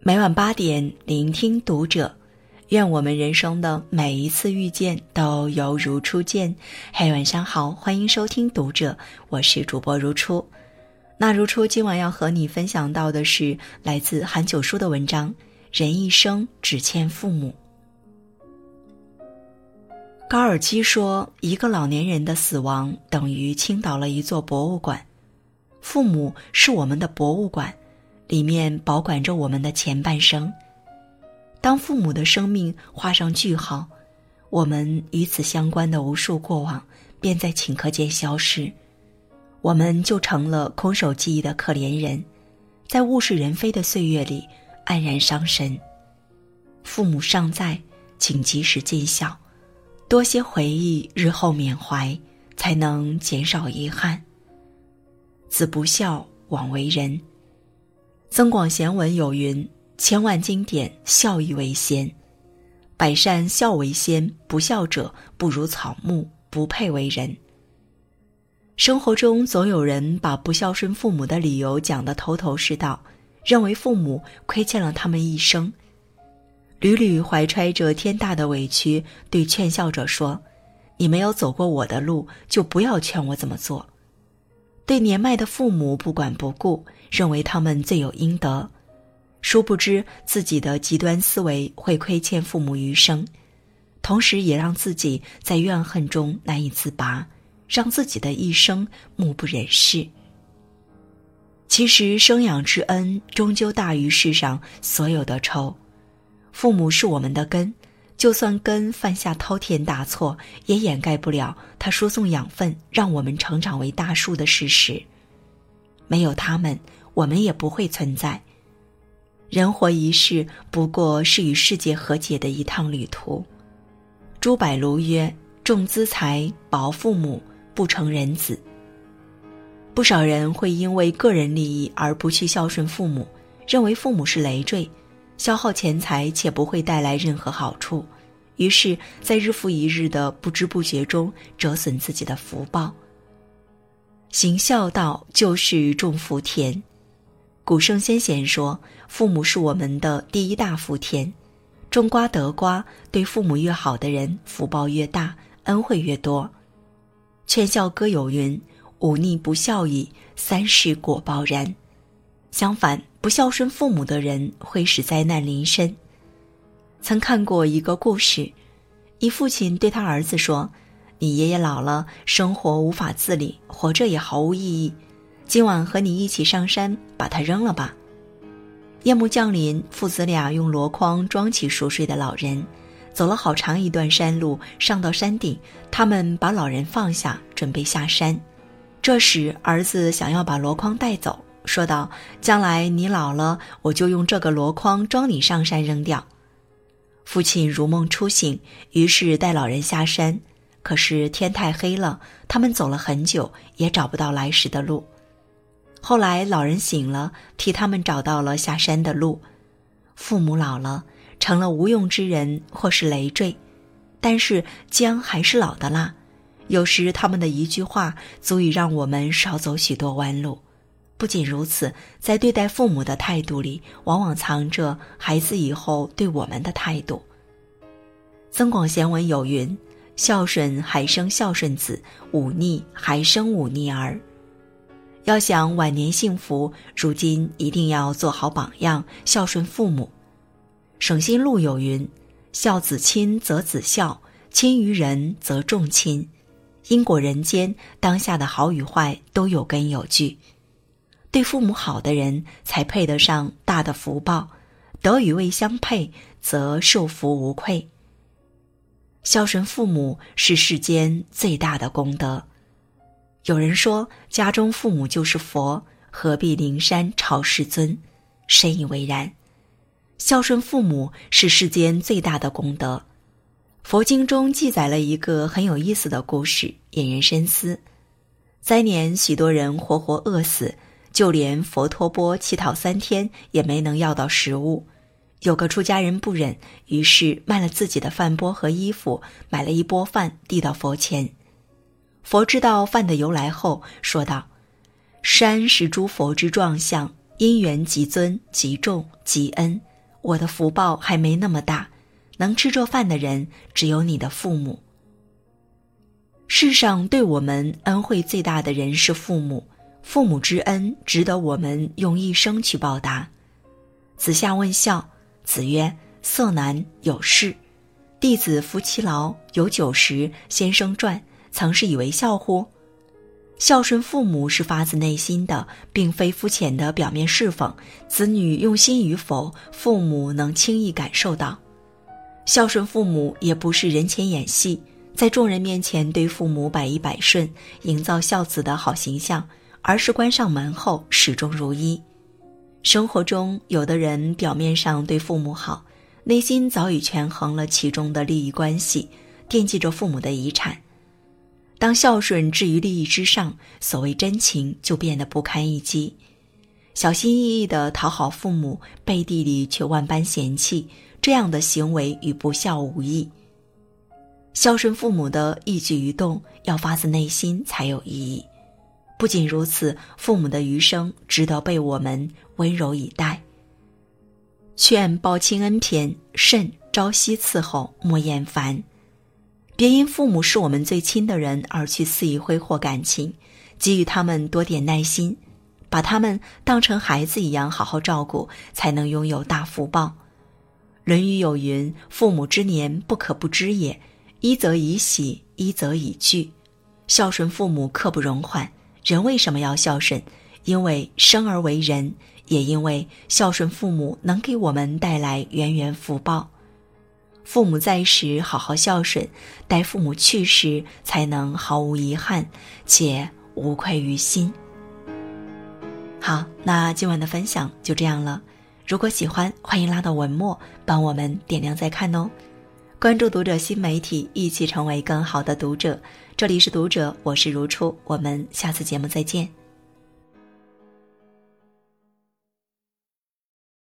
每晚8点，聆听读者。愿我们人生的每一次遇见都犹如初见。嘿，晚上好，欢迎收听读者，我是主播如初。那如初今晚要和你分享到的是来自韩九叔的文章，人一生只欠父母。高尔基说，一个老年人的死亡等于倾倒了一座博物馆。父母是我们的博物馆，里面保管着我们的前半生。当父母的生命画上句号，我们与此相关的无数过往便在顷刻间消失，我们就成了空手记忆的可怜人，在物是人非的岁月里黯然伤神。父母尚在，请及时尽孝，多些回忆，日后缅怀，才能减少遗憾。子不孝，枉为人。增广贤文有云，千万经典，孝义为先。百善孝为先，不孝者不如草木，不配为人。生活中总有人把不孝顺父母的理由讲得头头是道，认为父母亏欠了他们一生，屡屡怀揣着天大的委屈对劝孝者说，你没有走过我的路，就不要劝我怎么做。对年迈的父母不管不顾，认为他们罪有应得，殊不知自己的极端思维会亏欠父母余生，同时也让自己在怨恨中难以自拔，让自己的一生目不忍视。其实生养之恩终究大于世上所有的仇，父母是我们的根，就算根犯下滔天大错，也掩盖不了他输送养分让我们成长为大树的事实。没有他们，我们也不会存在。人活一世，不过是与世界和解的一趟旅途。朱柏庐曰，重资财，薄父母，不成人子。不少人会因为个人利益而不去孝顺父母，认为父母是累赘，消耗钱财且不会带来任何好处，于是在日复一日的不知不觉中折损自己的福报。行孝道，就是种福田。古圣先贤说，父母是我们的第一大福田，种瓜得瓜，对父母越好的人福报越大，恩惠越多。劝孝歌有云，忤逆不孝矣，三世果报然。相反，不孝顺父母的人会使灾难临身。曾看过一个故事，一父亲对他儿子说，你爷爷老了，生活无法自理，活着也毫无意义，今晚和你一起上山，把它扔了吧。夜幕降临，父子俩用箩筐装起熟睡的老人，走了好长一段山路，上到山顶，他们把老人放下，准备下山。这时儿子想要把箩筐带走，说道，将来你老了，我就用这个箩筐装你上山扔掉。父亲如梦初醒，于是带老人下山，可是天太黑了，他们走了很久，也找不到来时的路。后来老人醒了，替他们找到了下山的路。父母老了，成了无用之人或是累赘，但是姜还是老的辣，有时他们的一句话足以让我们少走许多弯路。不仅如此，在对待父母的态度里，往往藏着孩子以后对我们的态度。增广贤文有云，孝顺还生孝顺子，忤逆还生忤逆儿。要想晚年幸福，如今一定要做好榜样，孝顺父母。省心录有云，孝子亲则子孝，亲于人则重亲。因果人间，当下的好与坏都有根有据。对父母好的人才配得上大的福报，德与位相配，则受福无愧。孝顺父母是世间最大的功德。有人说，家中父母就是佛，何必灵山朝世尊？深以为然。孝顺父母是世间最大的功德。佛经中记载了一个很有意思的故事，引人深思。灾年，许多人活活饿死，就连佛托钵乞讨3天也没能要到食物。有个出家人不忍，于是卖了自己的饭钵和衣服，买了一钵饭递到佛前。佛知道饭的由来后，说道：山是诸佛之状相，因缘极尊极重极恩， 我的福报还没那么大，能吃着饭的人只有你的父母。世上对我们恩惠最大的人是父母，父母之恩值得我们用一生去报答。子夏问孝，子曰：色难，有事。弟子服其劳，有酒食，先生传，曾是以为孝乎？孝顺父母是发自内心的，并非肤浅的表面侍奉。子女用心与否，父母能轻易感受到。孝顺父母也不是人前演戏，在众人面前对父母百依百顺，营造孝子的好形象，而是关上门后始终如一。生活中，有的人表面上对父母好，内心早已权衡了其中的利益关系，惦记着父母的遗产。当孝顺置于利益之上，所谓真情就变得不堪一击。小心翼翼地讨好父母，背地里却万般嫌弃，这样的行为与不孝无异。孝顺父母的一举一动要发自内心才有意义。不仅如此，父母的余生值得被我们温柔以待。劝报亲恩篇，慎朝夕伺候，莫厌烦。别因父母是我们最亲的人而去肆意挥霍感情，给予他们多点耐心，把他们当成孩子一样好好照顾，才能拥有大福报。论语有云：父母之年，不可不知也，一则以喜，一则以惧。孝顺父母刻不容缓。人为什么要孝顺？因为生而为人，也因为孝顺父母能给我们带来源源福报。父母在时好好孝顺，待父母去时才能毫无遗憾，且无愧于心。好，那今晚的分享就这样了。如果喜欢，欢迎拉到文末帮我们点亮再看哦。关注读者新媒体，一起成为更好的读者。这里是读者，我是如初，我们下次节目再见。